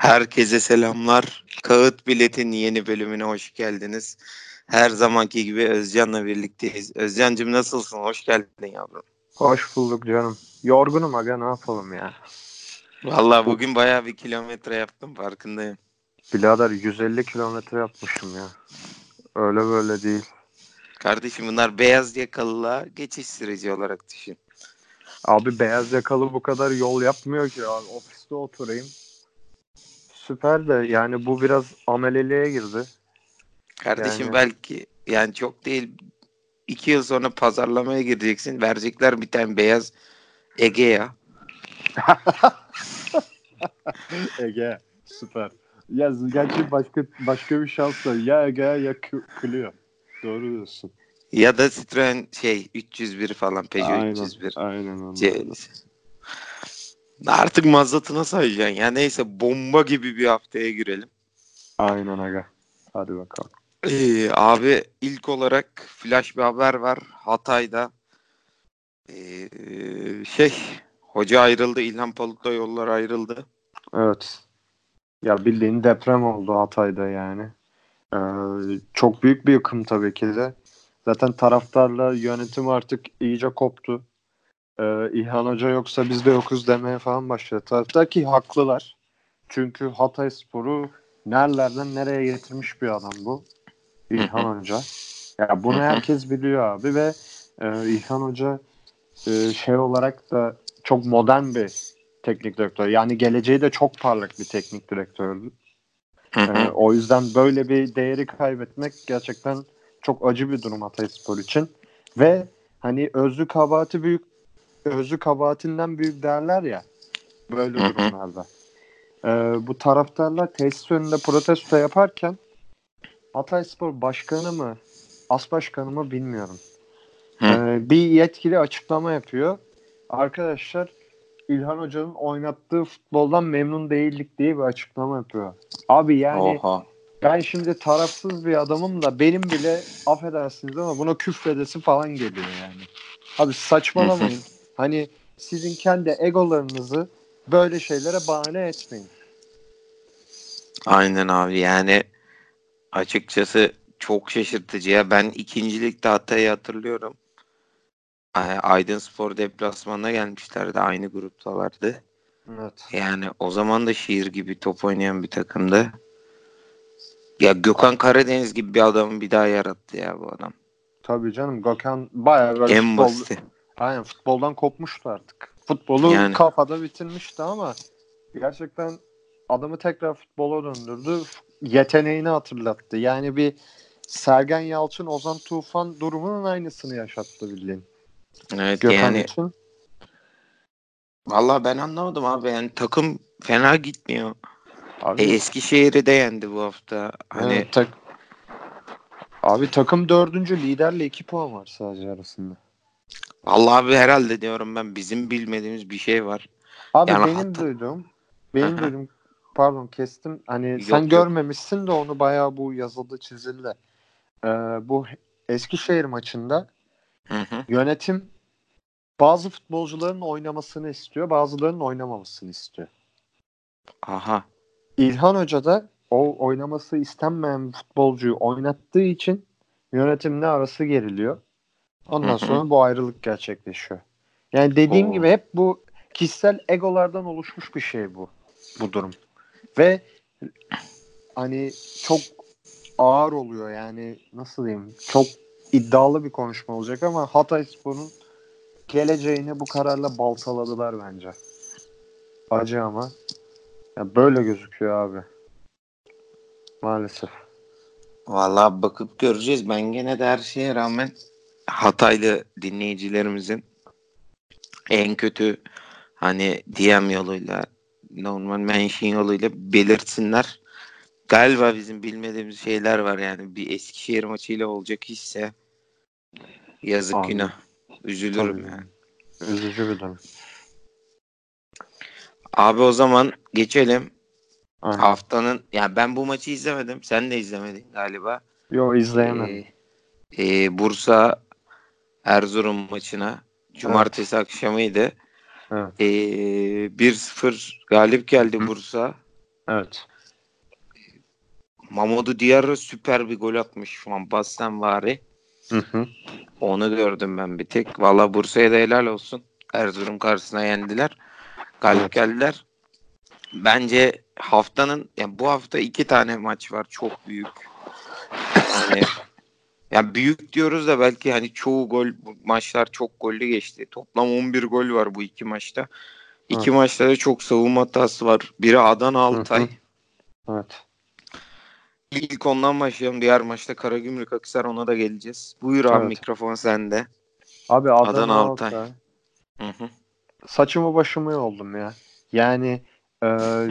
Herkese selamlar. Kağıt Bilet'in yeni bölümüne hoş geldiniz. Her zamanki gibi Özcan'la birlikteyiz. Özcan'cığım nasılsın? Hoş geldin yavrum. Hoş bulduk canım. Yorgunum aga, ne yapalım ya. Vallahi bugün bayağı bir kilometre yaptım, farkındayım. Birader 150 kilometre yapmışım ya. Öyle böyle değil. Kardeşim bunlar beyaz yakalılar geçiş süreci olarak düşün. Abi beyaz yakalı bu kadar yol yapmıyor ki abi. Ofiste oturayım. Süper de yani bu biraz ameleliğe girdi. Kardeşim Yani belki yani çok değil 2 yıl sonra pazarlamaya gireceksin. Verecekler bir tane beyaz Egea. Ege süper. Ya gerçi başka bir şans da ya Ege ya Clio. Doğru diyorsun. Ya da Citroen 301 falan, Peugeot Aynen. 301. Aynen onlardan. C- Artık mazatına sayacaksın. Ya neyse, bomba gibi bir haftaya girelim. Aynen aga. Hadi bakalım. Abi ilk olarak flash bir haber var. Hatay'da şey hoca ayrıldı. İlhan Palut'la yollar ayrıldı. Evet. Ya bildiğin deprem oldu Hatay'da yani. Çok büyük bir yıkım tabii ki de. Zaten taraftarla yönetim artık iyice koptu. İlhan Hoca yoksa biz de yokuz demeye falan başladı. Taraftar ki haklılar. Çünkü Hatayspor'u nerelerden nereye getirmiş bir adam bu. Hı hı, İlhan Hoca. Ya hı bunu hı, herkes biliyor abi ve İlhan Hoca şey olarak da çok modern bir teknik direktör. Yani geleceği de çok parlak bir teknik direktördü. hı hı. O yüzden böyle bir değeri kaybetmek gerçekten çok acı bir durum Hatayspor için. Ve hani özlü kabahatinden büyük derler ya böyle Hı hı. durumlarda. Bu taraftarlar tesis önünde protesto yaparken Hatayspor başkanı mı as başkanı mı bilmiyorum. Hı. Bir yetkili açıklama yapıyor. Arkadaşlar İlhan Hoca'nın oynattığı futboldan memnun değildik diye bir açıklama yapıyor. Abi yani Oha. ben şimdi tarafsız bir adamım da benim bile affedersiniz ama buna küfredesi falan geliyor yani. Abi Hı hı. saçmalamayın. Hani sizin kendi egolarınızı böyle şeylere bahane etmeyin. Aynen abi, yani açıkçası çok şaşırtıcı ya. Ben ikincilikte Hatay'ı hatırlıyorum. Aydınspor deplasmanına gelmişlerdi. Aynı gruptalardı. Evet. Yani o zaman da şiir gibi top oynayan bir takımdı. Ya Gökhan Karadeniz gibi bir adamı bir daha yarattı ya bu adam. Tabii canım Gökhan bayağı böyle En basiti. aynen futboldan kopmuştu artık. Futbolu Yani kafada bitirmişti ama gerçekten adamı tekrar futbola döndürdü. Yeteneğini hatırlattı. Yani bir Sergen Yalçın, Ozan Tufan durumunun aynısını yaşattı bildiğin. evet, Gökhan yani için. vallahi ben anlamadım abi, yani takım fena gitmiyor. Abi Eskişehir'i de yendi bu hafta. Hani evet, abi takım dördüncü liderle 2 puan var sadece arasında. vallahi abi, herhalde diyorum ben, bizim bilmediğimiz bir şey var. Abi Yani benim hatta duyduğum hı benim hı. duyduğum pardon kestim. Hani sen Yok yok. görmemişsin de onu bayağı bu yazıldı çizildi. Ee, bu Eskişehir maçında Hı hı. yönetim bazı futbolcuların oynamasını istiyor, bazılarının oynamamasını istiyor. Aha. İlhan Hoca da o oynaması istenmeyen bir futbolcuyu oynattığı için yönetimle arası geriliyor. Hı Ondan hı. sonra bu ayrılık gerçekleşiyor. Yani dediğim O gibi hep bu kişisel egolardan oluşmuş bir şey bu durum. Ve hani çok ağır oluyor yani nasıl diyeyim çok iddialı bir konuşma olacak ama Hatayspor'un geleceğini bu kararla baltaladılar bence. Acı ama ya böyle gözüküyor abi. Maalesef. vallahi bakıp göreceğiz. Ben gene de her şeye rağmen Hataylı dinleyicilerimizin en kötü hani DM yoluyla, normal mention yoluyla belirtsinler. Galiba bizim bilmediğimiz şeyler var yani. Bir Eskişehir maçıyla olacak işse yazık, Abi günah. Üzülürüm tabii yani. üzücü bir durum. Abi o zaman geçelim. Aynen. Haftanın, ya ben bu maçı izlemedim. Sen de izlemedin galiba. Yo izleyemedim. Ee, Bursa Erzurum maçına. Evet. Cumartesi akşamıydı. Evet. 1-0 galip geldi Bursa. Evet. Mamadou Diarra süper bir gol atmış şu an Bassenvari. Hı hı. Onu gördüm ben bir tek. Valla Bursa'ya da helal olsun. Erzurum karşısına yendiler. Galip Evet. geldiler. Bence haftanın yani bu hafta 2 tane maç var çok büyük. Hani yani büyük diyoruz da belki hani çoğu gol bu maçlar çok gollü geçti. Toplam 11 gol var bu 2 maçta. İki Evet. maçta da çok savunma hatası var. Biri Adana Hı Altay. hı. Evet. İlk ondan başlayalım. Diğer maçta Karagümrük Akhisar, ona da geleceğiz. Buyur abi, Evet. mikrofon sende. Abi Adana Adana Altay. Altay. Hı hı. Saçımı başımı yoldum ya. Yani e,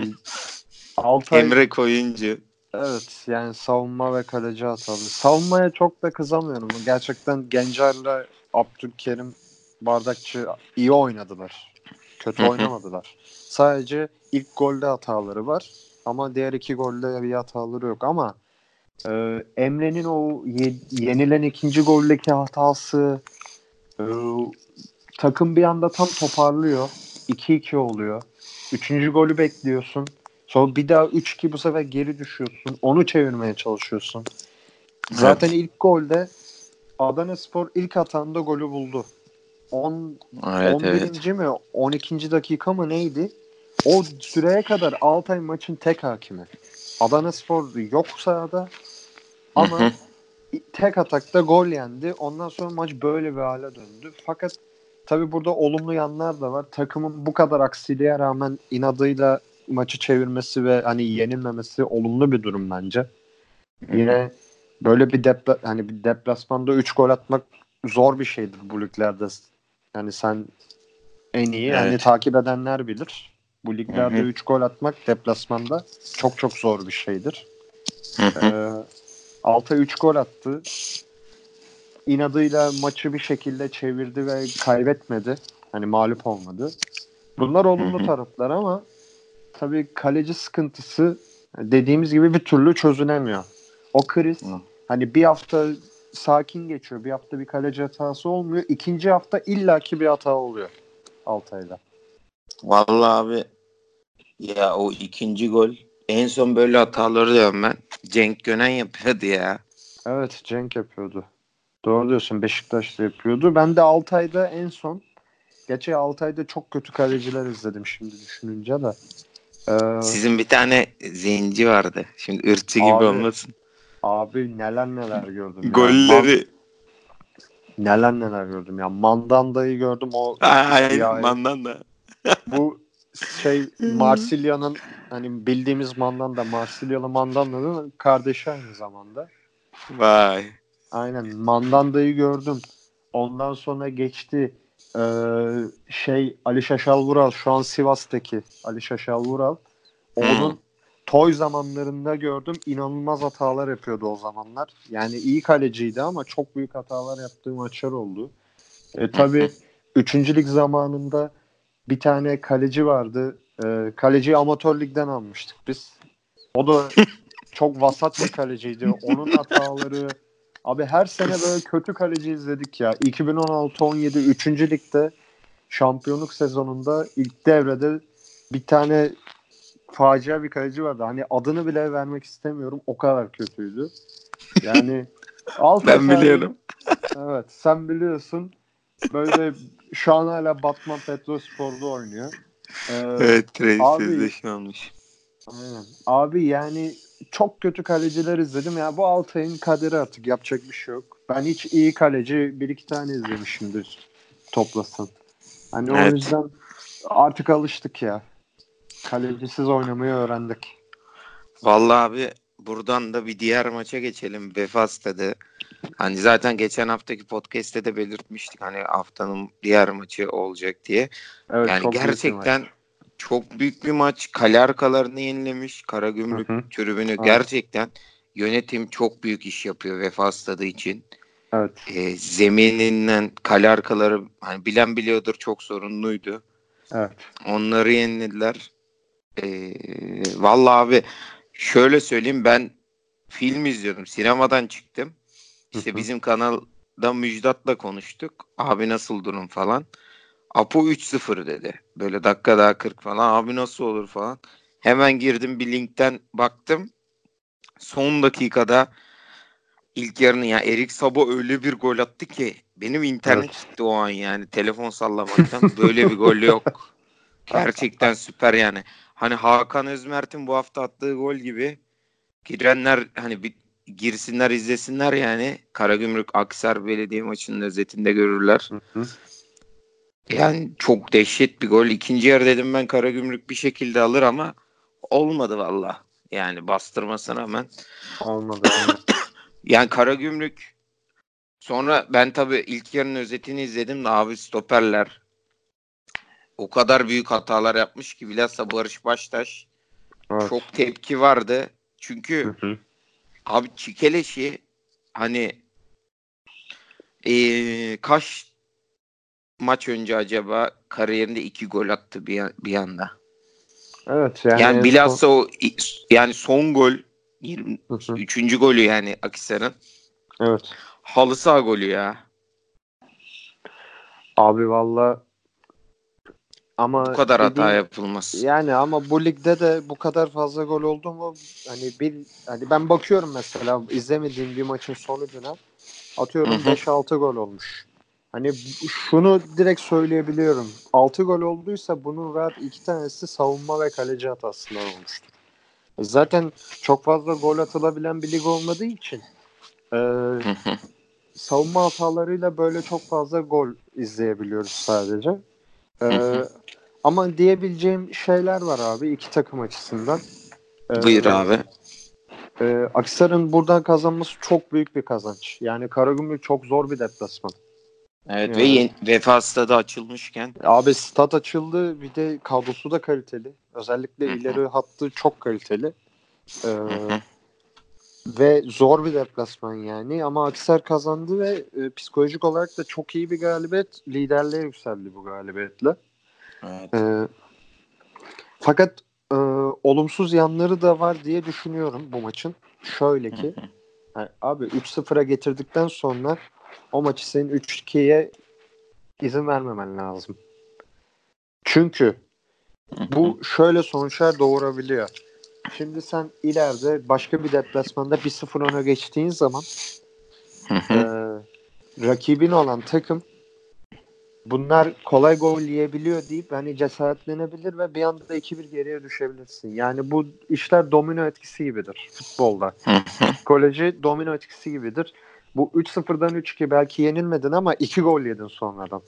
Altay, Emre Koyuncu. evet, yani savunma ve kaleci hatalı. Savunmaya çok da kızamıyorum. Gerçekten Gencer'le Abdülkerim Bardakçı iyi oynadılar. Kötü Hı hı. oynamadılar. Sadece ilk golde hataları var. Ama diğer iki golde bir hataları yok. Ama Emre'nin o yenilen ikinci goldeki hatası, e, takım bir anda tam toparlıyor. 2-2 oluyor. Üçüncü golü bekliyorsun. Sonra bir daha 3-2, bu sefer geri düşüyorsun. Onu çevirmeye çalışıyorsun. Zaten Evet. ilk golde Adanaspor ilk atağında golü buldu. 10, Evet, evet. 11. mi 12. dakika mı neydi? O süreye kadar Altay maçın tek hakimi. Adanaspor yok sahada Hı ama hı. tek atakta gol yendi. Ondan sonra maç böyle bir hale döndü. Fakat tabii burada olumlu yanlar da var. Takımın bu kadar aksiliğe rağmen inadıyla maçı çevirmesi ve hani yenilmemesi olumlu bir durum bence. Hı hı. Yine böyle hani bir deplasmanda 3 gol atmak zor bir şeydir bu liglerde. Yani sen en iyi, hani Evet. takip edenler bilir. Bu Hı liglerde hı. 3 gol atmak deplasmanda çok çok zor bir şeydir. Hı hı. Ee, Altay 3 gol attı. İnadıyla maçı bir şekilde çevirdi ve kaybetmedi. Hani mağlup olmadı. Bunlar Hı olumlu hı. taraflar ama tabii kaleci sıkıntısı dediğimiz gibi bir türlü çözülemiyor. O kriz, Hı. hani bir hafta sakin geçiyor. Bir hafta bir kaleci hatası olmuyor. İkinci hafta illaki bir hata oluyor Altay'da. Vallahi abi, ya o ikinci gol en son böyle hataları diyorum ben. Cenk Gönen yapıyordu ya. Evet, Cenk yapıyordu. Doğru diyorsun, Beşiktaş'ta yapıyordu. Ben de Altay'da en son, gerçi Altay'da çok kötü kaleciler izledim şimdi düşününce de. Ee, Sizin bir tane zenci vardı. Şimdi ırkçı gibi abi olmasın. abi neler neler gördüm ya. Golleri Neler neler gördüm ya. Mandanda'yı gördüm, o aynen siyahi. Mandanda. Bu Marsilya'nın, hani bildiğimiz Mandanda, Marsilyalı Mandanda'nın kardeşi aynı zamanda. Vay. Aynen, Mandanda'yı gördüm. Ondan sonra geçti. Ali Şaşal Vural, şu an Sivas'taki Ali Şaşal Vural. Hı. Onun toy zamanlarında gördüm. İnanılmaz hatalar yapıyordu o zamanlar. Yani iyi kaleciydi ama çok büyük hatalar yaptığı maçlar oldu. Hı hı. Tabii 3. lig zamanında bir tane kaleci vardı. Kaleciyi amatör ligden almıştık biz. O da çok vasat bir kaleciydi. Onun hataları, abi her sene böyle kötü kaleci izledik ya. 2016-17 3. ligde şampiyonluk sezonunda ilk devrede bir tane facia bir kaleci vardı. Hani adını bile vermek istemiyorum. O kadar kötüydü. Yani Altay Ben tarihi, biliyorum. evet, sen biliyorsun. Böyle şu an hala Batman Petrospor'da oynuyor. Ee, Evet, reis abi sözleşme almış. aynen. Abi yani çok kötü kaleciler izledim. Ya bu Altay'ın kaderi, artık yapacak bir şey yok. Ben hiç iyi kaleci bir iki tane izlemişimdir toplasın. Hani o Evet. yüzden artık alıştık ya. Kalecisiz oynamayı öğrendik. Vallahi abi, buradan da bir diğer maça geçelim. Vefa Stadı. Hani zaten geçen haftaki podcast'te de belirtmiştik hani haftanın diğer maçı olacak diye. Evet, Yani çok büyük bir gerçekten maç. çok büyük bir maç. Kale arkalarını yenilemiş. Hı Karagümrük hı. tribünü, Evet. gerçekten yönetim çok büyük iş yapıyor Vefa Stadı için. Evet. Zemininden kale arkaları hani bilen biliyordur, çok sorunluydu. Evet. Onları yenilediler. Vallahi abi, şöyle söyleyeyim, ben film izliyordum. Sinemadan çıktım. Hı İşte hı. bizim kanalda Müjdat'la konuştuk. Abi nasıl durum falan. Apo 3-0 dedi. Böyle dakika daha 40 falan. Abi nasıl olur falan. Hemen girdim bir linkten baktım. Son dakikada ilk yarını ya Erik Sabo öyle bir gol attı ki benim internet Evet. gitti o an yani telefon sallamaktan. Böyle bir gol yok. Gerçekten süper yani. Hani Hakan Özmert'in bu hafta attığı gol gibi girenler hani bir girsinler izlesinler yani. Karagümrük Akhisar Belediye maçının özetinde görürler. Hı hı. Yani çok dehşet bir gol. İkinci yarı dedim ben Karagümrük bir şekilde alır ama olmadı valla. Yani bastırmasına rağmen. Olmadı yani. Yani Karagümrük sonra ben tabii ilk yarının özetini izledim de abi stoperler o kadar büyük hatalar yapmış ki bilhassa Barış Baştaş Evet. çok tepki vardı. Hı Çünkü hı. abi Çikeleş'i hani kaç maç önce acaba kariyerinde 2 gol attı bir anda. Evet yani Yani en son. bilhassa o yani son gol Hı hı. 23. golü yani Akhisar'ın Evet. halı saha golü ya. Abi valla Bu ama kadar hata dediğin yapılmaz. yani ama bu ligde de bu kadar fazla gol oldu mu hani hani ben bakıyorum mesela izlemediğim bir maçın sonucuna Hı atıyorum hı. 5-6 gol olmuş. Hani şunu direkt söyleyebiliyorum. 6 gol olduysa bunun rahat 2 tanesi savunma ve kaleci hatasından olmuştur. Zaten çok fazla gol atılabilen bir lig olmadığı için e, Hı hı. savunma hatalarıyla böyle çok fazla gol izleyebiliyoruz sadece. E, Hı hı. ama diyebileceğim şeyler var abi iki takım açısından. E, Buyur abi. Akhisar'ın buradan kazanması çok büyük bir kazanç. Yani Karagümrük çok zor bir deplasman. Evet ve Yani Vefa Stadı açılmışken. abi stat açıldı bir de kadrosu da kaliteli. Özellikle Hı hı. ileri hattı çok kaliteli. Ee, Hı hı. ve zor bir deplasman yani. Ama Akhisar kazandı ve psikolojik olarak da çok iyi bir galibiyet. Liderliğe yükseldi bu galibiyetle. Evet. Ee, fakat olumsuz yanları da var diye düşünüyorum bu maçın. Şöyle Hı ki hı. yani abi 3-0'a getirdikten sonra o maçı senin 3-2'ye izin vermemen lazım. Çünkü Hı hı. bu şöyle sonuçlar doğurabiliyor. Şimdi sen ileride başka bir deplasmanda 1-0 öne geçtiğin zaman Hı e, hı. rakibin olan takım bunlar kolay gol yiyebiliyor deyip hani cesaretlenebilir ve bir anda 2-1 geriye düşebilirsin. Yani bu işler domino etkisi gibidir futbolda. Hı hı. Psikoloji domino etkisi gibidir. Bu 3-0'dan 3-2 belki yenilmedin ama 2 gol yedin sonradan.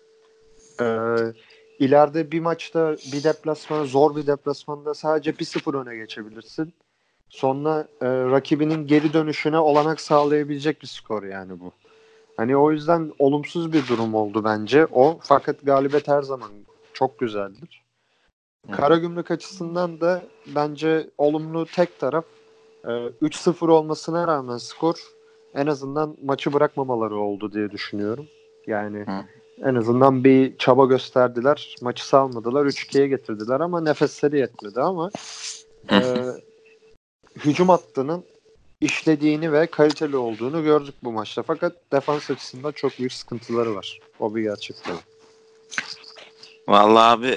Ee, ileride bir maçta bir deplasmana zor bir deplasmanda sadece 1-0 öne geçebilirsin. Sonra rakibinin geri dönüşüne olanak sağlayabilecek bir skor yani bu. Hani o yüzden olumsuz bir durum oldu bence o. Fakat galibiyet her zaman çok güzeldir. Hı hı. Karagümrük açısından da bence olumlu tek taraf 3-0 olmasına rağmen skor en azından maçı bırakmamaları oldu diye düşünüyorum. Yani Hı en azından bir çaba gösterdiler. Maçı salmadılar. 3-2'ye getirdiler ama nefesleri yetmedi ama hı. e, hücum hattının işlediğini ve kaliteli olduğunu gördük bu maçta. Fakat defans açısından çok büyük sıkıntıları var. O bir gerçek tabii. Vallahi abi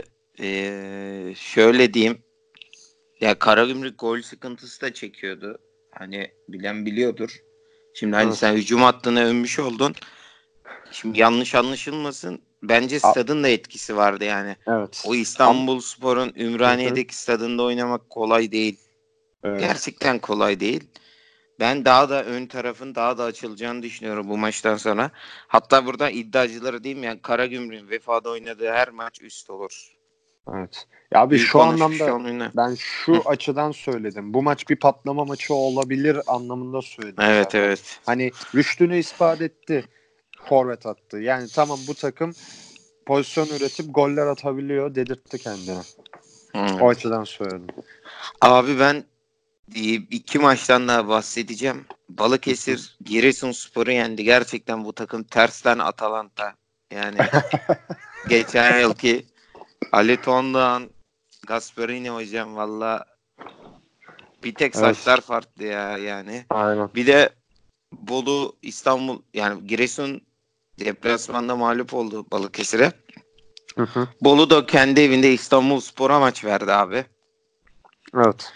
şöyle diyeyim. Ya Karagümrük gol sıkıntısı da çekiyordu. Hani bilen biliyordur. Şimdi hani Evet. sen hücum hattını övmüş oldun. Şimdi yanlış anlaşılmasın. Bence A- stadın da etkisi vardı yani. O evet. İstanbulspor'un Hı hı. Ümraniye'deki stadında oynamak kolay değil. Evet. Gerçekten kolay değil. Ben daha da ön tarafın daha da açılacağını düşünüyorum bu maçtan sonra. Hatta burada iddiacıları diyeyim ya Karagümrük'ün Vefa'da oynadığı her maç üst olur. Evet. Ya abi Büyük şu konuşmuş anlamda olmayın. ben Hı. şu açıdan söyledim. Bu maç bir patlama maçı olabilir anlamında söyledim Evet zaten. evet. Hani rüştünü ispat etti. Forvet attı. Yani tamam bu takım pozisyon üretip goller atabiliyor dedirtti kendine. O Hı. açıdan söyledim. Abi ben 2 maçtan daha bahsedeceğim. Hı hı. Balıkesir Giresunspor'u yendi. Gerçekten bu takım tersten Atalanta. Yani geçen yılki Ali Tondoğan, Gasperini hocam valla bir tek Evet. saçlar farklı ya yani. Aynen. Bir de Bolu İstanbul yani Giresun deplasmanda mağlup oldu Balıkesir'e. Hı hı. Bolu da kendi evinde İstanbulspor'a maç verdi abi. Evet.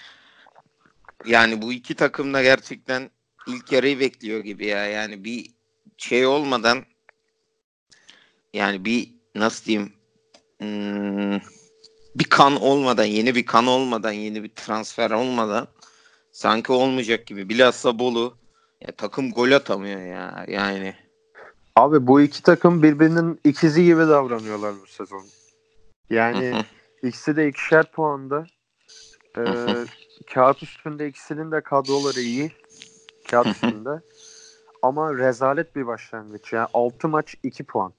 Yani bu iki takım da gerçekten ilk yarıyı bekliyor gibi ya. Yani bir şey olmadan, yani bir nasıl diyeyim, hmm, bir kan olmadan, yeni bir kan olmadan, yeni bir transfer olmadan sanki olmayacak gibi. Bilhassa Bolu, ya takım gol atamıyor ya. Yani Abi bu iki takım birbirinin ikizi gibi davranıyorlar bu sezon. Yani ikisi de 2'şer puanda. Kağıt üstünde ikisinin de kadroları iyi. Kağıt üstünde. Ama rezalet bir başlangıç. Yani 6 maç 2 puan.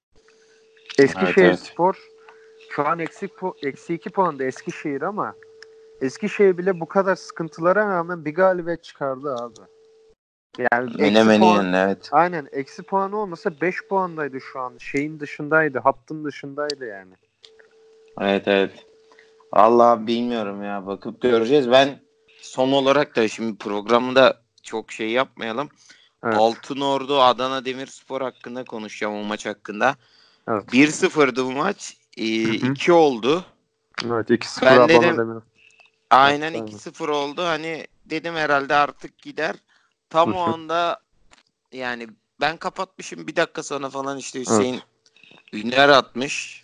evet, evet. Eskişehirspor şu an eksi 2 puanda Eskişehir ama Eskişehir bile bu kadar sıkıntılara rağmen bir galibiyet çıkardı abi. Yani eksi Menemeni puan, yendi, evet. aynen eksi puanı olmasa 5 puandaydı şu an. Şeyin dışındaydı. Hattın dışındaydı yani. Evet, evet. Allah bilmiyorum ya, bakıp göreceğiz. Ben son olarak da şimdi programı da çok şey yapmayalım. Evet. Altınordu Adana Demirspor hakkında konuşacağım, o maç hakkında. Evet. 1-0'dı bu maç. Hı hı. 2 oldu. Evet, 2-0 Ben Adana dedim Demir aynen yaptı. Aynen. 2-0 oldu. Hani dedim herhalde artık gider. Tam Hı o hı. anda yani ben kapatmışım, bir dakika sonra falan işte Hüseyin Evet. Üner atmış.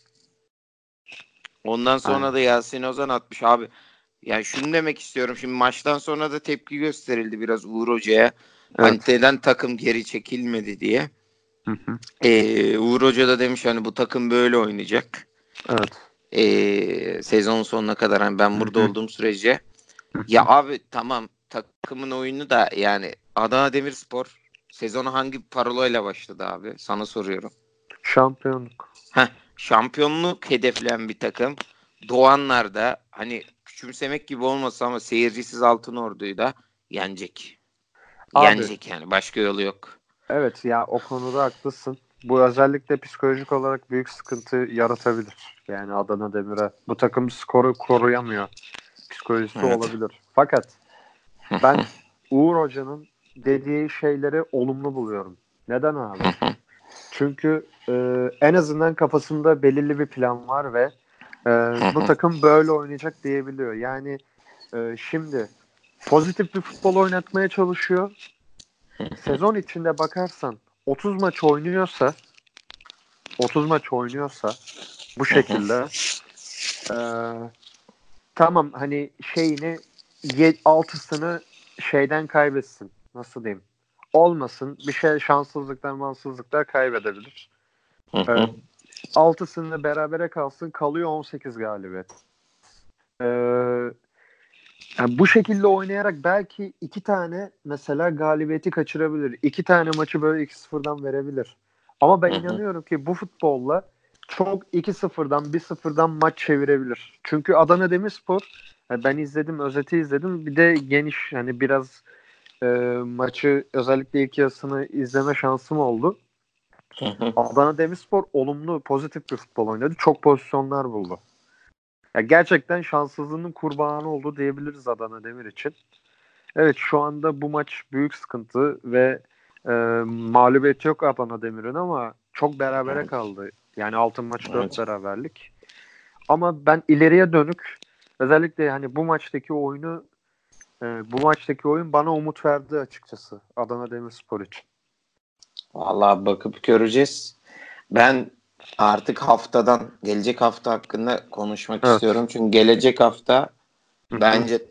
Ondan sonra Aynen. da Yasin Ozan atmış abi. Yani şunu demek istiyorum. Şimdi maçtan sonra da tepki gösterildi biraz Uğur Hoca'ya. Hani Evet. neden takım geri çekilmedi diye. Hı hı. Uğur Hoca da demiş hani bu takım böyle oynayacak. Evet. Sezon sonuna kadar hani ben Hı burada hı. olduğum sürece. Hı Ya hı. abi tamam, takımın oyunu da yani Adana Demirspor sezona hangi parolayla başladı abi? Sana soruyorum. Şampiyonluk. Heh, şampiyonluk hedefleyen bir takım. Doğanlar da hani küçümsemek gibi olmasa ama seyircisiz Altınordu'yu da yenecek. Abi Yenecek yani, başka yolu yok. evet ya o konuda haklısın. Bu özellikle psikolojik olarak büyük sıkıntı yaratabilir. Yani Adana Demir'e. Bu takım skoru koruyamıyor. Psikolojisi Evet. olabilir. Fakat ben Uğur Hoca'nın dediği şeyleri olumlu buluyorum. Neden abi? Çünkü en azından kafasında belirli bir plan var ve bu takım böyle oynayacak diyebiliyor. Yani şimdi pozitif bir futbol oynatmaya çalışıyor. Sezon içinde bakarsan 30 maç oynuyorsa 30 maç oynuyorsa bu şekilde e, tamam hani şeyini 6'sını şeyden kaybetsin. Nasıl diyeyim? Olmasın. Bir şey şanssızlıklar, mansızlıklar kaybedebilir. E, 6'sını berabere kalsın. Kalıyor 18 galibiyet. E, Yani bu şekilde oynayarak belki 2 tane mesela galibiyeti kaçırabilir. 2 tane maçı böyle 2-0'dan verebilir. Ama ben inanıyorum ki bu futbolla çok 2-0'dan 1-0'dan maç çevirebilir. Çünkü Adana Demirspor ben izledim, özeti izledim. Bir de geniş hani biraz e, maçı özellikle ilk yarısını izleme şansım oldu. Adana Demirspor olumlu, pozitif bir futbol oynadı. Çok pozisyonlar buldu. Ya gerçekten şanssızlığının kurbanı oldu diyebiliriz Adana Demir için. Evet şu anda bu maç büyük sıkıntı ve e, mağlubiyet yok Adana Demir'in ama çok berabere kaldı. Yani 6 maç 4 Evet. beraberlik. Ama ben ileriye dönük özellikle hani bu maçtaki oyun bana umut verdi açıkçası Adana Demirspor için. Vallahi bakıp göreceğiz. Ben artık gelecek hafta hakkında konuşmak Evet. istiyorum. Çünkü gelecek hafta Hı hı. bence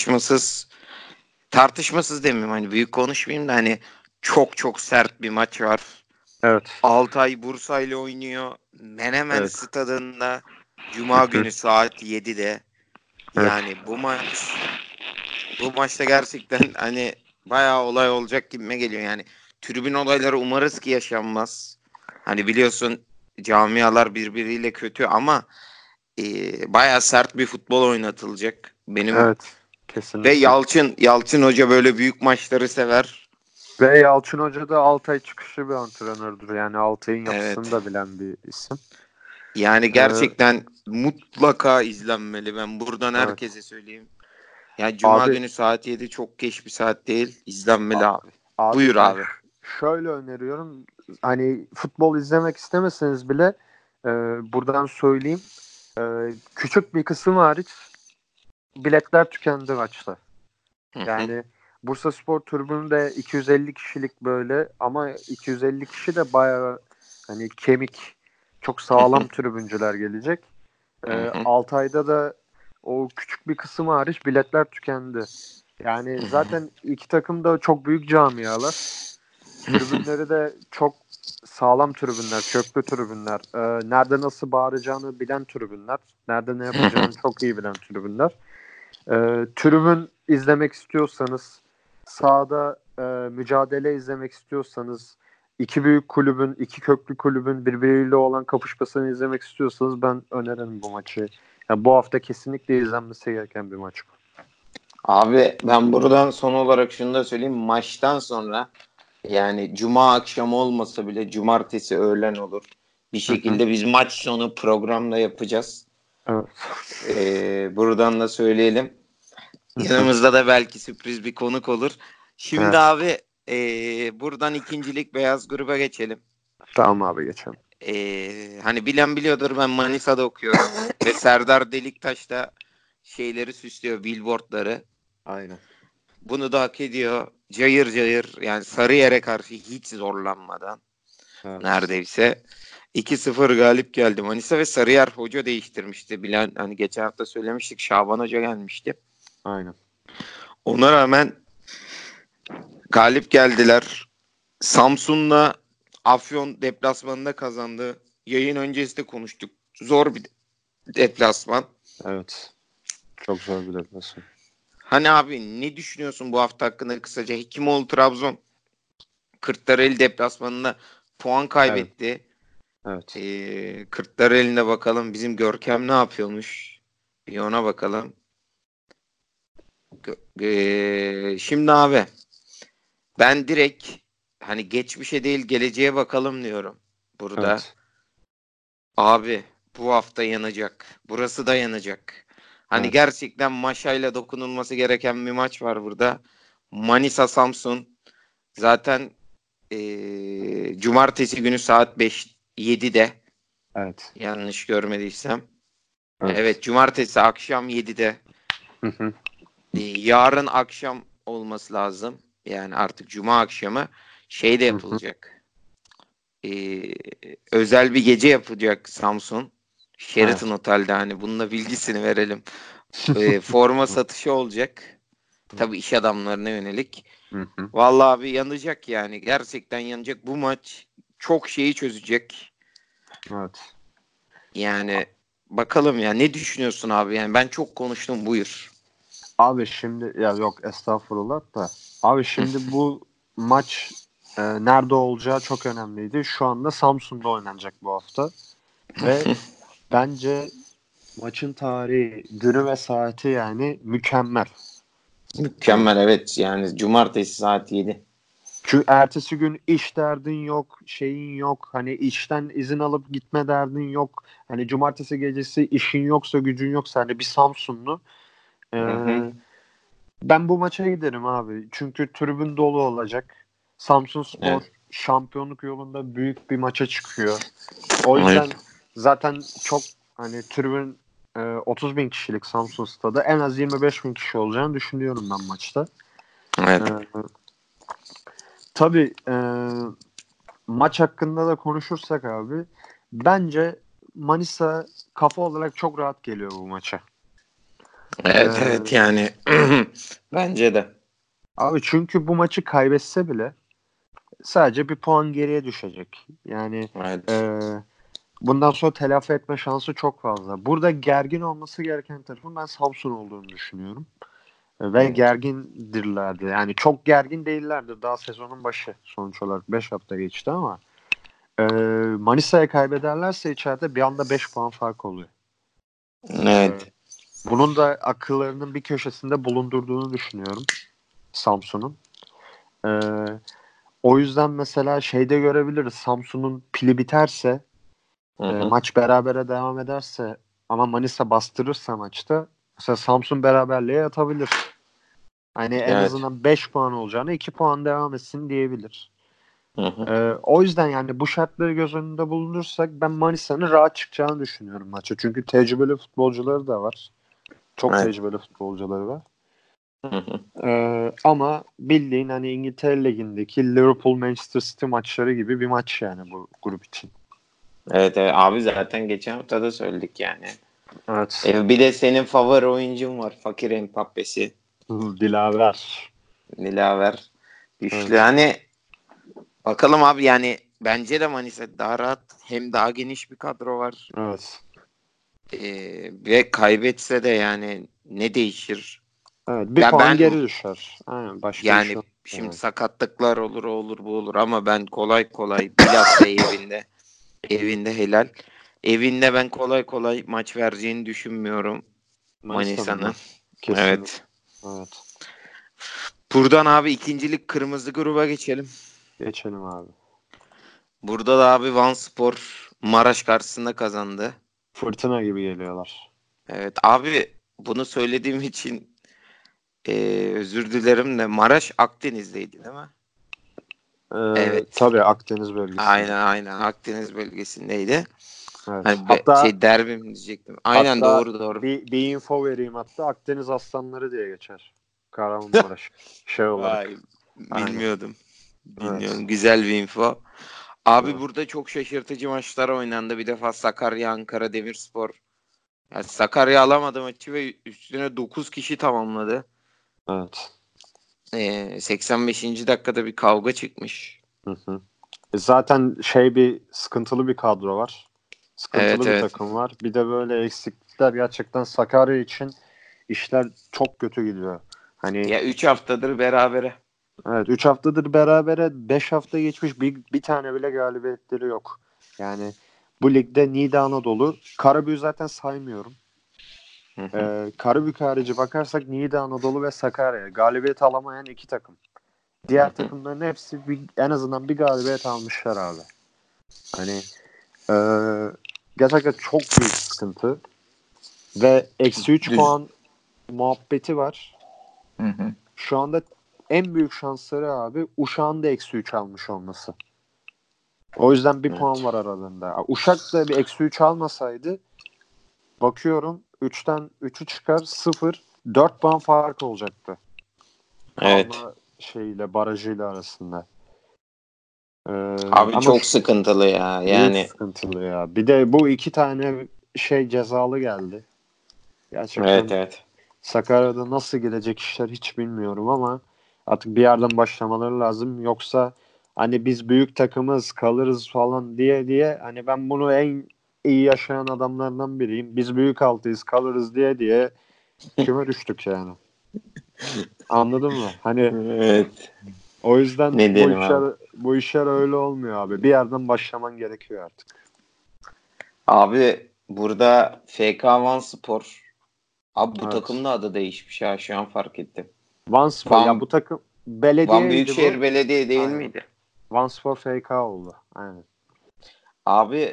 tartışmasız demeyeyim, hani büyük konuşmayayım da hani çok çok sert bir maç var. Evet. Altay Bursa ile oynuyor. Menemen Evet. stadında Hı Cuma hı. günü saat 7'de. Evet. Yani bu maçta gerçekten hani bayağı olay olacak gibime geliyor. Yani tribün olayları umarız ki yaşanmaz. Hani biliyorsun camialar birbiriyle kötü ama bayağı sert bir futbol oynatılacak. Evet. Ve Kesinlikle. Yalçın Hoca böyle büyük maçları sever. Ve Yalçın Hoca da Altay çıkışı bir antrenördür. Yani Altay'ın yapısını Evet. da bilen bir isim. Yani Ee, gerçekten mutlaka izlenmeli. Ben buradan evet. herkese söyleyeyim. Yani Cuma Abi günü saat 7 çok geç bir saat değil. İzlenmeli abi. Buyur abi abi. şöyle öneriyorum. Hani futbol izlemek istemeseniz bile e, buradan söyleyeyim. Küçük bir kısım hariç biletler tükendi maçta. Hı hı. Yani Bursaspor tribünü de 250 kişilik böyle ama 250 kişi de bayağı hani kemik, çok sağlam tribüncüler gelecek. Hı hı. Altay'da da o küçük bir kısım hariç biletler tükendi. Yani zaten iki takım da çok büyük camialar. Tribünleri de çok sağlam tribünler, köklü tribünler. Nerede nasıl bağıracağını bilen tribünler. Nerede ne yapacağını çok iyi bilen tribünler. Tribün izlemek istiyorsanız, sahada mücadele izlemek istiyorsanız, iki büyük kulübün, iki köklü kulübün birbiriyle olan kapışmasını izlemek istiyorsanız ben öneririm bu maçı. Yani bu hafta kesinlikle izlenmesi gereken bir maç bu. Abi ben buradan son olarak şunu da söyleyeyim. Maçtan sonra yani cuma akşamı olmasa bile cumartesi öğlen olur. Bir Hı hı. şekilde biz maç sonu programda yapacağız. Evet. Buradan da söyleyelim. Hı hı. Yanımızda da belki sürpriz bir konuk olur. Şimdi Evet. abi buradan ikincilik beyaz gruba geçelim. Tamam abi, geçelim. Hani bilen biliyordur, ben Manisa'da okuyorum. Ve Serdar Deliktaş da şeyleri süslüyor, billboardları. Aynen. Bunu da hak ediyor. Cayır cayır, yani Sarıyer'e karşı hiç zorlanmadan Evet. neredeyse 2-0 galip geldi Manisa ve Sarıyer hoca değiştirmişti. Bilen, hani geçen hafta söylemiştik, Şaban Hoca gelmişti. Aynen. Ona rağmen galip geldiler. Samsun'la Afyon deplasmanında kazandı. Yayın öncesi de konuştuk. Zor bir deplasman. Evet. Çok zor bir deplasman. Hani abi ne düşünüyorsun bu hafta hakkında kısaca? Hekimoğlu Trabzon Kırklareli deplasmanında puan Evet. kaybetti. Evet. Kırklareli'nde bakalım bizim Görkem ne yapıyormuş? Bir ona bakalım. Şimdi abi ben direkt hani geçmişe değil geleceğe bakalım diyorum burada. Evet. Abi bu hafta yanacak. Burası da yanacak. Hani Evet. gerçekten maşayla dokunulması gereken bir maç var burada. Manisa Samsun. Zaten cumartesi günü saat 5-7'de, Evet. yanlış görmediysem. Evet. Evet, cumartesi akşam 7'de. Hı hı. Yarın akşam olması lazım. Yani artık cuma akşamı şey de Hı hı. yapılacak. Ee, özel bir gece yapacak Samsun. Sheraton Evet. Otel'de, hani bununla bilgisini verelim. Forma satışı olacak. Tabii iş adamlarına yönelik. Hı hı. Vallahi abi yanacak yani. Gerçekten yanacak. Bu maç çok şeyi çözecek. Evet. Yani bakalım ya, ne düşünüyorsun abi? Yani ben çok konuştum, buyur. Abi şimdi ya yok, estağfurullah da. Abi şimdi bu maç nerede olacağı çok önemliydi. Şu anda Samsun'da oynanacak bu hafta. Ve bence maçın tarihi, günü ve saati yani mükemmel. Hani Mükemmel, evet, yani cumartesi saat 7. çünkü ertesi gün iş derdin yok, şeyin yok. Hani işten izin alıp gitme derdin yok. Hani cumartesi gecesi işin yoksa, gücün yoksa, hani bir Samsunlu. e, Hı hı. Ben bu maça giderim abi. Çünkü tribün dolu olacak. Samsunspor Evet. şampiyonluk yolunda büyük bir maça çıkıyor. O yüzden Evet. zaten çok hani tribün 30 bin kişilik Samsun stadı, en az 25 bin kişi olacağını düşünüyorum ben maçta. E, Evet. tabii maç hakkında da konuşursak abi, bence Manisa kafa olarak çok rahat geliyor bu maça. Evet, evet, E, yani bence de. abi çünkü bu maçı kaybetse bile sadece bir puan geriye düşecek. Yani Evet. e, bundan sonra telafi etme şansı çok fazla. Burada gergin olması gereken tarafın ben Samsun olduğunu düşünüyorum. Ve Evet. gergindirlerdi. Yani çok gergin değillerdi. Daha sezonun başı sonuç olarak. 5 hafta geçti ama e, Manisa'ya kaybederlerse içeride bir anda 5 puan fark oluyor. E, Evet. bunun da akıllarının bir köşesinde bulundurduğunu düşünüyorum Samsun'un. E, o yüzden mesela şeyde görebiliriz. Samsun'un pili biterse, Hı hı. maç berabere devam ederse ama Manisa bastırırsa maçta, mesela Samsun beraberliğe yatabilir. Hani en Evet. azından 5 puan olacağına 2 puan devam etsin diyebilir. Hı hı. O yüzden yani bu şartları göz önünde bulundurursak ben Manisa'nın rahat çıkacağını düşünüyorum maça. Çünkü tecrübeli futbolcuları da var. Çok Evet. tecrübeli futbolcuları var. Hı hı. Ama bildiğin hani İngiltere Ligi'ndeki Liverpool Manchester City maçları gibi bir maç yani bu grup için. Evet, evet. Abi zaten geçen hafta da söyledik yani. Evet. Bir de senin favori oyuncun var. Fakir Mbappe'si. Dilaver. Nilaver. Güçlü. Evet. Hani bakalım abi, yani bence de Manisa daha rahat, hem daha geniş bir kadro var. Evet. Ve kaybetse de yani ne değişir? Evet. Bir Ya puan ben geri düşer. Aynen. Başka bir şey yani yok. şimdi Yani. sakatlıklar olur, o olur, bu olur, ama ben kolay kolay, bilhassa evinde helal. Evinde ben kolay kolay maç vereceğini düşünmüyorum Manisa'nın Manisa'nın. mı? Kesinlikle. Evet. Evet. Buradan abi ikincilik kırmızı gruba geçelim. Geçelim abi. Burada da abi Vanspor Maraş karşısında kazandı. Fırtına gibi geliyorlar. Evet abi, bunu söylediğim için özür dilerim de, Maraş Akdeniz'deydi değil mi? Evet. Tabii Akdeniz bölgesinde. Aynen Akdeniz bölgesindeydi. Evet. Hani Hatta derbi mi diyecektim. Aynen, hatta doğru. bir info vereyim hatta Akdeniz Aslanları diye geçer. Kahramanmaraş şey Vay, olarak. Aynen. bilmiyordum. Evet. Bilmiyorum. Güzel bir info. Abi Evet. burada çok şaşırtıcı maçlar oynandı. Bir defa Sakarya Ankara Demirspor. Yani Sakarya alamadı maçı ve üstüne 9 kişi tamamladı. Evet. 85. dakikada bir kavga çıkmış. Hı hı. Zaten bir sıkıntılı bir kadro var. Evet, Sıkıntılı bir evet. takım var. Bir de böyle eksiklikler gerçekten Sakarya için işler çok kötü gidiyor. Hani Ya 3 haftadır berabere. evet 3 haftadır berabere 5 hafta geçmiş bir tane bile galibiyetleri yok. Yani bu ligde Niğde Anadolu, Karabük'ü zaten saymıyorum. Hı hı. Karabük harici bakarsak Niğde Anadolu ve Sakarya galibiyet alamayan iki takım. Hı Diğer hı. takımların hepsi en azından bir galibiyet almışlar abi. Hani e, gerçekten çok büyük sıkıntı. Ve eksi 3 Düz. puan muhabbeti var. Hı hı. Şu anda en büyük şansları abi Uşak'ın da eksi 3 almış olması. O yüzden bir puan Evet. var aralarında. Uşak da bir eksi 3 almasaydı bakıyorum 3'ten 3'ü çıkar 0 4 puan fark olacaktı. Evet. Kalma barajıyla arasında. Ee, Abi ama çok sıkıntılı ya. büyük Yani sıkıntılı ya. Bir de bu iki tane cezalı geldi. evet, Gerçekten evet. Sakarya'da nasıl gidecek işler hiç bilmiyorum ama artık bir yerden başlamaları lazım. Yoksa hani biz büyük takımız kalırız falan diye hani ben bunu en iyi yaşayan adamlardan biriyim. Biz büyük altıyız kalırız diye küme düştük yani. Anladın mı? Hani Evet. o yüzden Ne bu diyelim işler abi? bu işler öyle olmuyor abi. Bir yerden başlaman gerekiyor artık. Abi burada FK Vanspor. Abi bu Evet. takımın da adı değişmiş ha, şu an fark ettim. Vanspor ya Van, bu takım Van belediyeydi bu. Büyükşehir Belediye değil Aynen. miydi? Vanspor FK oldu. Aynen. Abi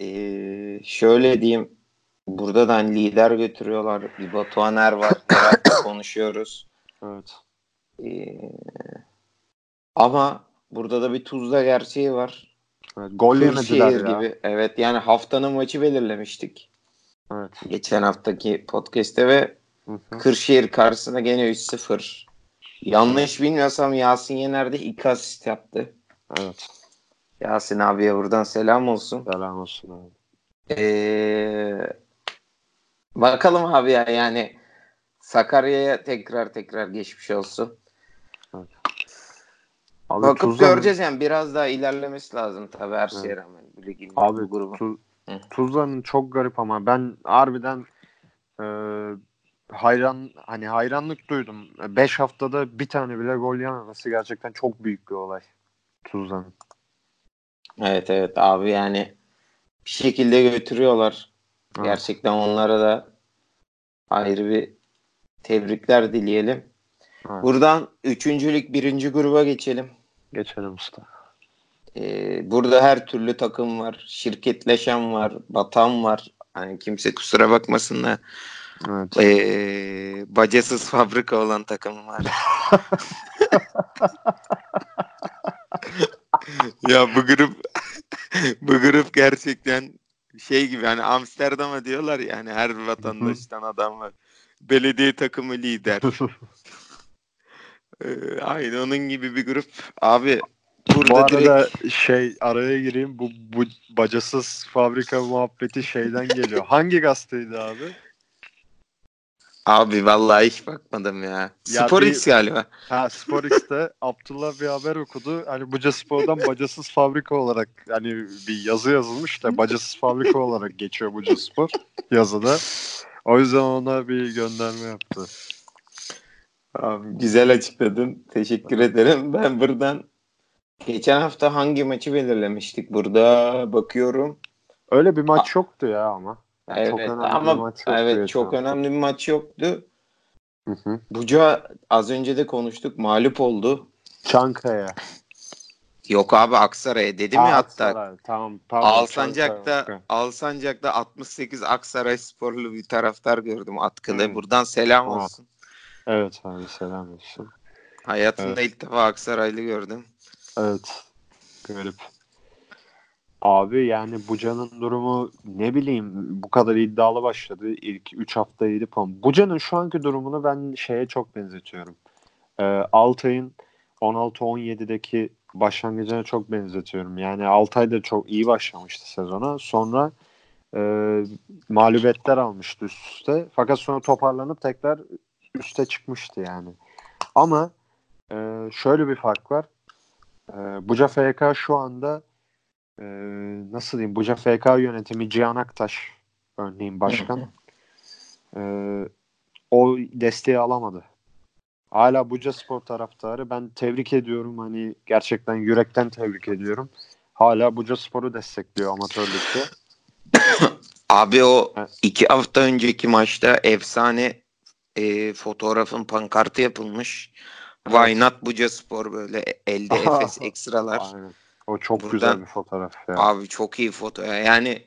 şöyle diyeyim. Burada da hani lider götürüyorlar. Bir Batuhaner var. Her hafta konuşuyoruz. Evet. Eee, ama burada da bir Tuzla gerçeği var. Evet. Gol yemediler Kırşehir ya. gibi. Evet, yani haftanın maçı belirlemiştik. Evet. Geçen haftaki podcast'te ve Hı hı. Kırşehir karşısında gene 3-0. Yanlış bilmiyorsam Yasin Yener de 2 asist yaptı. Evet. Yasin abiye buradan selam olsun. Selam olsun abi. Ee, bakalım abi ya, yani Sakarya'ya tekrar geçmiş olsun. Evet. Abi Bakıp Tuzla'nın göreceğiz, yani biraz daha ilerlemesi lazım tabii, her evet. şeye rağmen bu ligin, Abi bu grubun. Hı. Tuzla'nın çok garip ama ben harbiden e, hayranlık duydum. 5 haftada bir tane bile gol yememesi gerçekten çok büyük bir olay Tuzla'nın. Evet, evet abi, yani bir şekilde götürüyorlar. Evet. Gerçekten onlara da ayrı bir tebrikler dileyelim. Evet. Buradan üçüncülük birinci gruba geçelim. Geçelim usta. Burada her türlü takım var. Şirketleşen var. Batan var. Hani kimse kusura bakmasın da Evet. bacasız fabrika olan takım var. Ya bu grup bu grup gerçekten şey gibi, hani Amsterdam'a diyorlar ya, hani her Hı hı. vatandaştan adam var. Belediye takımı lider. Aynı onun gibi bir grup. Abi Bu burada arada direkt araya gireyim. Bu bacasız fabrika muhabbeti şeyden geliyor. Hangi gazeteydi abi? abi vallahi hiç bakmadım ya. Ya Spor X galiba. Spor X'te Abdullah bir haber okudu. Hani Buca Spor'dan bacasız fabrika olarak hani bir yazı yazılmış da bacasız fabrika olarak geçiyor Buca Spor yazıda. O yüzden ona bir gönderme yaptı. Abi, güzel açıkladın. Teşekkür ederim. Ben buradan geçen hafta hangi maçı belirlemiştik? Burada bakıyorum. Öyle bir A- maç yoktu ya ama. Yani çok evet önemli bir ama maç yoktu evet geçen çok hafta. önemli bir maç yoktu. Hı hı. Buca az önce de konuştuk. Mağlup oldu. Çankaya. Yok abi Aksaray'a dedim ya hatta. Aksaray. Tamam pardon Çankaya. Alsancak'ta Okay. Alsancak'ta 68 Aksaray sporlu bir taraftar gördüm atkılı. Hı. Buradan selam Ha. olsun. Evet abi selam olsun. Hayatımda Evet. ilk defa Aksaraylı gördüm. Evet. Garip. Abi yani Buca'nın durumu ne bileyim bu kadar iddialı başladı. İlk 3 hafta 7 puan. Buca'nın şu anki durumunu ben şeye çok benzetiyorum. Altay'ın 16-17'deki başlangıcına çok benzetiyorum. Yani Altay da çok iyi başlamıştı sezona. Sonra e, mağlubiyetler almıştı üst üste. Fakat sonra toparlanıp tekrar üste çıkmıştı yani. Ama şöyle bir fark var. Buca FK şu anda e, nasıl diyeyim? Buca FK yönetimi Cihan Aktaş örneğin başkan. E, O desteği alamadı. Hala Buca Spor taraftarı. Ben tebrik ediyorum. Hani gerçekten yürekten tebrik ediyorum. Hala Buca Spor'u destekliyor amatörlükte. Abi o Ha, 2 hafta önceki maçta efsane fotoğrafın pankartı yapılmış. Why evet. not Bucaspor böyle elde Efes ekstralar. Aynen. O çok güzel Buradan bir fotoğraf ya. abi çok iyi foto. Yani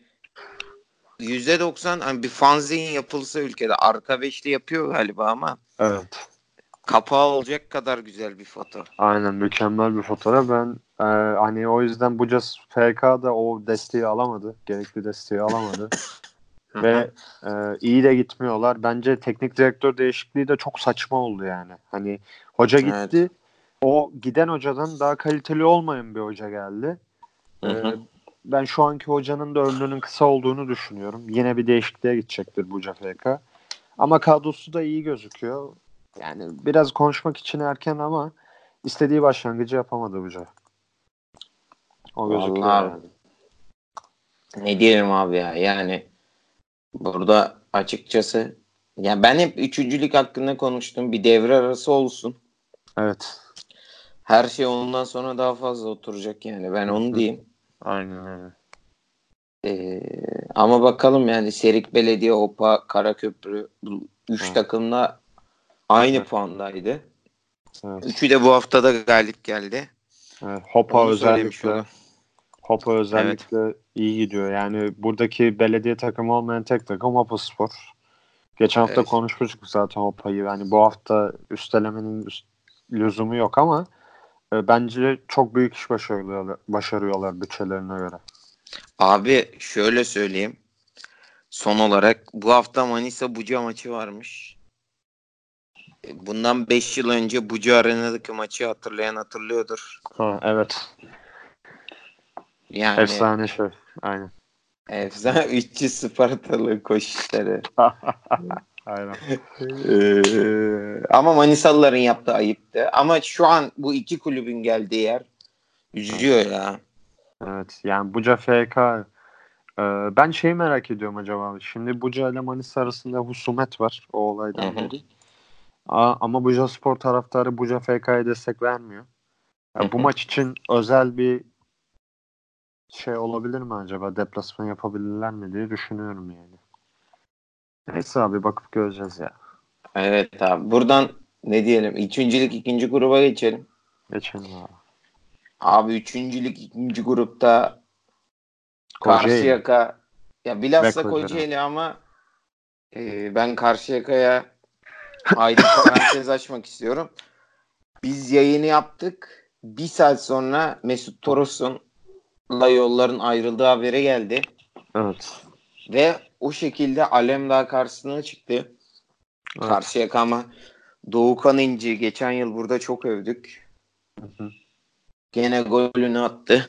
%90 hani bir fanzine yapılsa ülkede arka beşli yapıyor galiba ama Evet. kapağı olacak kadar güzel bir foto. Aynen mükemmel bir fotoğraf. Ben hani o yüzden Buca FK da o desteği alamadı. Gerekli desteği alamadı. Hı hı. Ve iyi de gitmiyorlar. Bence teknik direktör değişikliği de çok saçma oldu yani. Hani hoca Evet. gitti. O giden hocadan daha kaliteli olmayan bir hoca geldi. Hı hı. Ben şu anki hocanın da ömrünün kısa olduğunu düşünüyorum. Yine bir değişikliğe gidecektir Buca FK. Ama kadrosu da iyi gözüküyor. Yani biraz konuşmak için erken ama istediği başlangıcı yapamadı Buca. O gözüküyor Vallahi yani. ne diyelim abi ya yani burada açıkçası ya ben hep üçüncülük hakkında konuştum. Bir devre arası olsun. Evet. Her şey ondan sonra daha fazla oturacak yani. Ben Hı onu hı. diyeyim. Aynen öyle. Ee, ama bakalım yani Serik Belediye, Opa, Karaköprü bu üç Evet. takımla aynı Evet. puandaydı. Evet. Üçü de bu haftada galip geldi. Evet. Onu söylemiş olalım. Hopa Evet. özellikle iyi gidiyor. Yani buradaki belediye takımı olmayan tek takım Hopaspor. Geçen hafta Evet. konuşmuştuk zaten Hopa'yı. Yani bu hafta lüzumu yok ama bence çok büyük iş başarıyorlar bütçelerine göre. Abi şöyle söyleyeyim. Son olarak bu hafta Manisa Buca maçı varmış. Bundan 5 yıl önce Buca Arena'daki maçı hatırlayan hatırlıyordur. Ha, evet. Yani Efsane şey. Aynen. efsane 300 Spartalı koşuşları. Aynen. Ama Manisalıların yaptığı ayıptı. Ama şu an bu iki kulübün geldiği yer üzüyor Evet. ya. Evet. Yani Buca FK ben şeyi merak ediyorum acaba. Şimdi Buca ile Manisa arasında husumet var o Hı olaydan hı, beri. Ama Buca Spor taraftarı Buca FK'ya destek vermiyor. hı Bu hı. maç için özel bir şey olabilir mi acaba? Deplasman yapabilirler mi diye düşünüyorum yani. Neyse abi bakıp göreceğiz ya. Evet abi. Buradan ne diyelim? Üçüncülük ikinci gruba geçelim. Geçelim abi. Abi üçüncülük ikinci grupta Kocaeli Karşıyaka ya ve bilhassa Kocaeli. Kocaeli ama ben Karşıyaka'ya ayrı parantez açmak istiyorum. Biz yayını yaptık. Bir saat sonra Mesut Toros'unla yolların ayrıldığı haberi geldi. Evet. Ve o şekilde Alemdağ karşısına çıktı. Evet. Karşıyaka ama Doğukan İnci geçen yıl burada çok övdük. Hı hı. Gene golünü attı.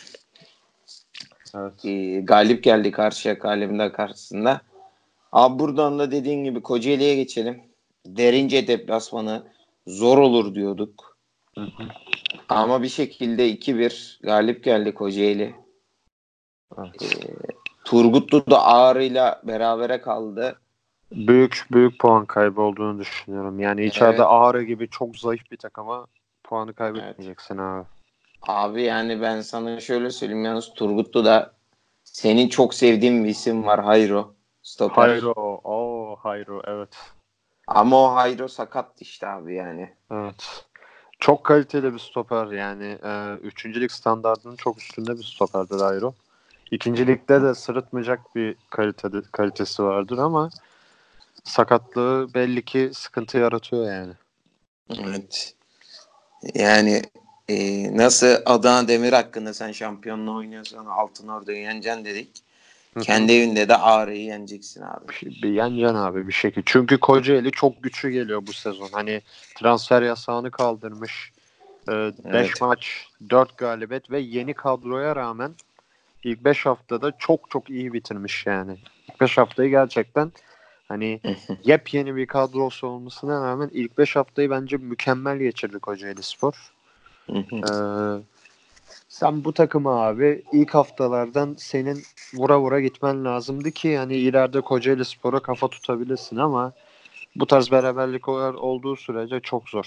Evet. Galip geldi Karşıyaka Alemdar karşısında. Abi buradan da dediğin gibi Kocaeli'ye geçelim. Derince deplasmanı zor olur diyorduk. Hı hı. Ama bir şekilde 2-1 galip geldi Kocaeli. Ee, Evet. Turgutlu da Ağrı'yla berabere kaldı. Büyük büyük puan kaybı olduğunu düşünüyorum. Yani içeride Evet, Ağrı gibi çok zayıf bir takıma puanı evet. kaybetmeyeceksin abi. Abi yani ben sana şöyle söyleyeyim. Yalnız Turgutlu da senin çok sevdiğin bir isim var. Hayro. Hayro. Stoper. Hayro. Evet. Ama o Hayro sakat işte abi yani. Evet. Çok kaliteli bir stoper yani. Üçüncü lig standartının çok üstünde bir stoperdir Hayro. İkinci ligde de sırıtmayacak bir kalitesi vardır ama sakatlığı belli ki sıkıntı yaratıyor yani. Evet. Yani nasıl Adana Demir hakkında sen şampiyonla oynuyorsan Altınordu'yu yeneceksin dedik. Hı hı. Kendi evinde de Ağrı'yı yeneceksin abi. Bir yeneceksin abi bir şekilde. Çünkü Kocaeli çok güçlü geliyor bu sezon. Hani transfer yasağını kaldırmış. 5 Evet. maç 4 galibiyet ve yeni kadroya rağmen ilk 5 haftada çok çok iyi bitirmiş yani. İlk 5 haftayı gerçekten hani yepyeni bir kadrosu olmasına rağmen ilk 5 haftayı bence mükemmel geçirdi Kocaelispor. Ee, Sen bu takımı abi ilk haftalardan senin vura vura gitmen lazımdı ki yani ileride Kocaelispor'a kafa tutabilirsin ama bu tarz beraberlikler olduğu sürece çok zor.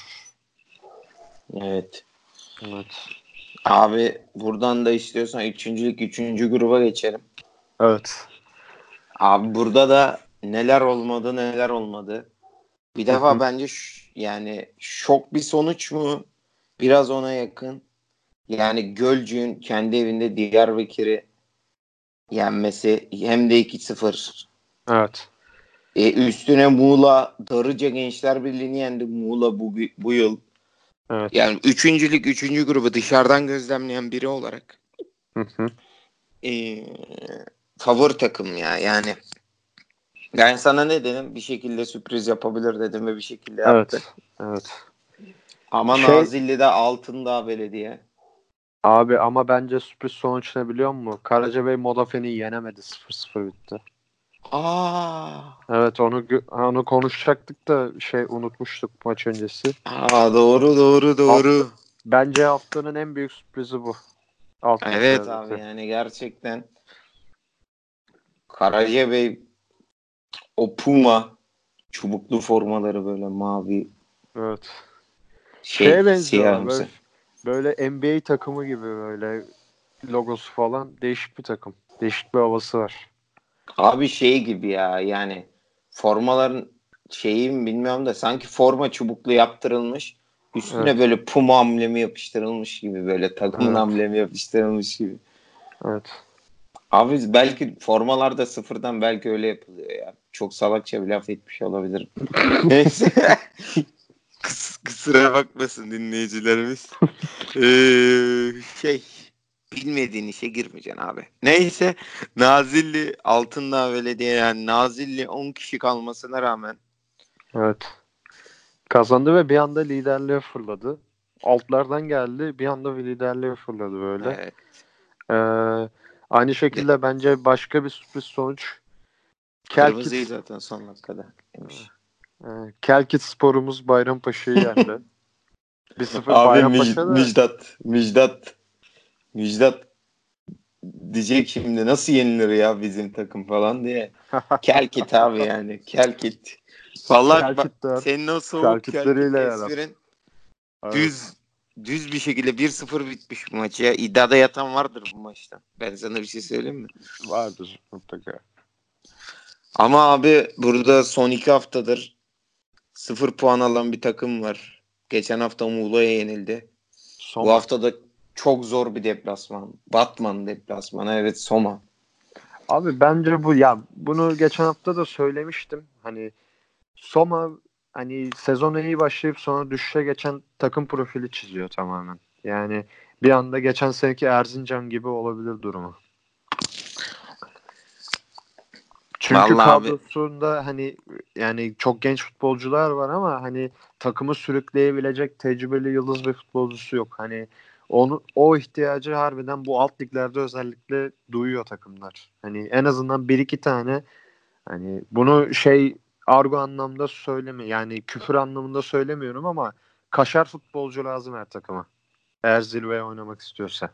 Evet. Evet. Abi buradan da istiyorsan üçüncülük üçüncü gruba geçelim. Evet. Abi burada da neler olmadı neler olmadı. Bir Hı defa hı. bence yani şok bir sonuç mu? Biraz ona yakın. Yani Gölcük'ün kendi evinde Diyarbakır'ı yenmesi hem de 2-0. Evet. Üstüne Muğla Darıca Gençler Birliği'ni yendi Muğla bu yıl. Evet. Yani üçüncülük üçüncü grubu dışarıdan gözlemleyen biri olarak Hı hı. e, favori takım ya. Yani ben sana ne dedim? Bir şekilde sürpriz yapabilir dedim ve bir şekilde yaptı. Evet. Evet. Ama Şey Nazilli'de Altındağ Belediye. abi ama bence sürpriz sonuç ne biliyor musun? Karacabey Modafen'i yenemedi. 0-0 bitti. Aa, Evet onu konuşacaktık da unutmuştuk maç öncesi. doğru doğru Hafta, doğru. bence haftanın en büyük sürprizi bu. Altıncı Evet abi devleti. yani gerçekten Karacabey o Puma çubuklu formaları böyle mavi Evet. Şeye benziyorlar siyahımsı. böyle NBA takımı gibi böyle logosu falan değişik bir takım. Değişik bir havası var. Abi şey gibi ya yani formaların şeyi mi bilmiyorum da sanki forma çubuklu yaptırılmış. Üstüne Evet. böyle Puma amblemi yapıştırılmış gibi böyle takımın Evet. amblemi yapıştırılmış gibi. Evet. Abi belki formalarda sıfırdan belki öyle yapılıyor ya. Çok salakça bir laf etmiş olabilirim. Neyse. Kusura bakmasın dinleyicilerimiz. Şey bilmediğin işe girmeyeceksin abi. Neyse Nazilli Altındağ Belediye yani Nazilli 10 kişi kalmasına rağmen Evet. Kazandı ve bir anda liderliğe fırladı. Altlardan geldi. Bir anda bir liderliğe fırladı böyle. evet, Ee, Aynı de, şekilde bence başka bir sürpriz sonuç. kırmızıyı Kelkit, zaten son dakikada demiş. Kelkit sporumuz Bayrampaşa'yı yendi. 1-0 Abi Bayrampaşa da Müjdat diyecek şimdi nasıl yenilir ya bizim takım falan diye. Kelkit abi yani Kelkit. Vallahi bak Kelkit 4 senin o soğuk Kelkit Kelkitleriyle yarar. esprin Evet. düz düz bir şekilde 1-0 bitmiş bu maç ya. İddiada yatan vardır bu maçta. Ben sana bir şey söyleyeyim mi? Vardır mutlaka. Ama abi burada son 2 haftadır 0 puan alan bir takım var. Geçen hafta Muğla'ya yenildi. Bu Soma. hafta da çok zor bir deplasman. Batman deplasmanı. Evet Soma. Abi bence bu ya bunu geçen hafta da söylemiştim. Hani Soma hani sezona iyi başlayıp sonra düşüşe geçen takım profili çiziyor tamamen. Yani bir anda geçen seneki Erzincan gibi olabilir durumu. Çünkü Vallahi abi kadrosunda hani yani çok genç futbolcular var ama hani takımı sürükleyebilecek tecrübeli yıldız bir futbolcusu yok. Hani o ihtiyacı harbiden bu alt liglerde özellikle duyuyor takımlar. Hani en azından bir iki tane, hani bunu argo anlamda söyleme, yani küfür anlamında söylemiyorum ama kaşar futbolcu lazım her takıma. Eğer zirveye oynamak istiyorsa.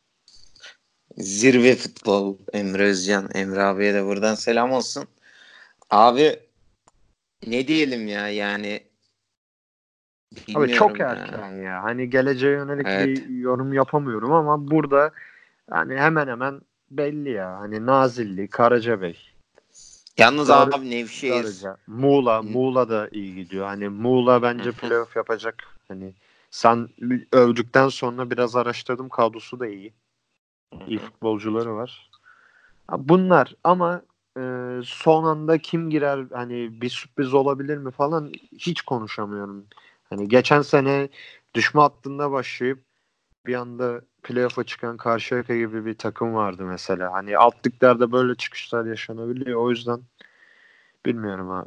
zirve futbol Emre Özcan. Emre abiye de buradan selam olsun. Abi ne diyelim ya yani Abi çok bilmiyorum ya. erken ya. Hani geleceğe yönelik Evet. bir yorum yapamıyorum ama burada yani hemen hemen belli ya. Hani Nazilli, Karacabey, Yalnız Dar abi Nevşehir. Darıca, Muğla, N- Muğla da iyi gidiyor. Hani Muğla Hı bence hı, playoff yapacak. Hani sen övdükten sonra biraz araştırdım, kadrosu da iyi. hı İyi hı. futbolcuları var. Ha, bunlar ama son anda kim girer, hani bir sürpriz olabilir mi falan hiç konuşamıyorum. Hani geçen sene düşme hattında başlayıp bir anda playoff'a çıkan Karşıyaka gibi bir takım vardı mesela. Hani alt liglerde böyle çıkışlar yaşanabiliyor. O yüzden bilmiyorum abi.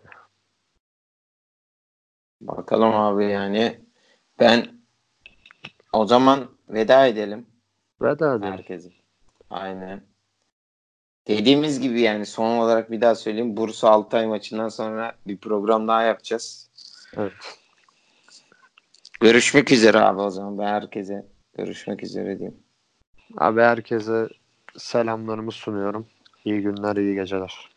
Bakalım abi yani. Ben o zaman veda edelim Veda edelim. herkese. Aynen. Dediğimiz gibi yani son olarak bir daha söyleyeyim. Bursa Altay maçından sonra bir program daha yapacağız. Evet. Görüşmek üzere abi o zaman. Ben herkese görüşmek üzere diyeyim. Abi herkese selamlarımı sunuyorum. İyi günler, iyi geceler.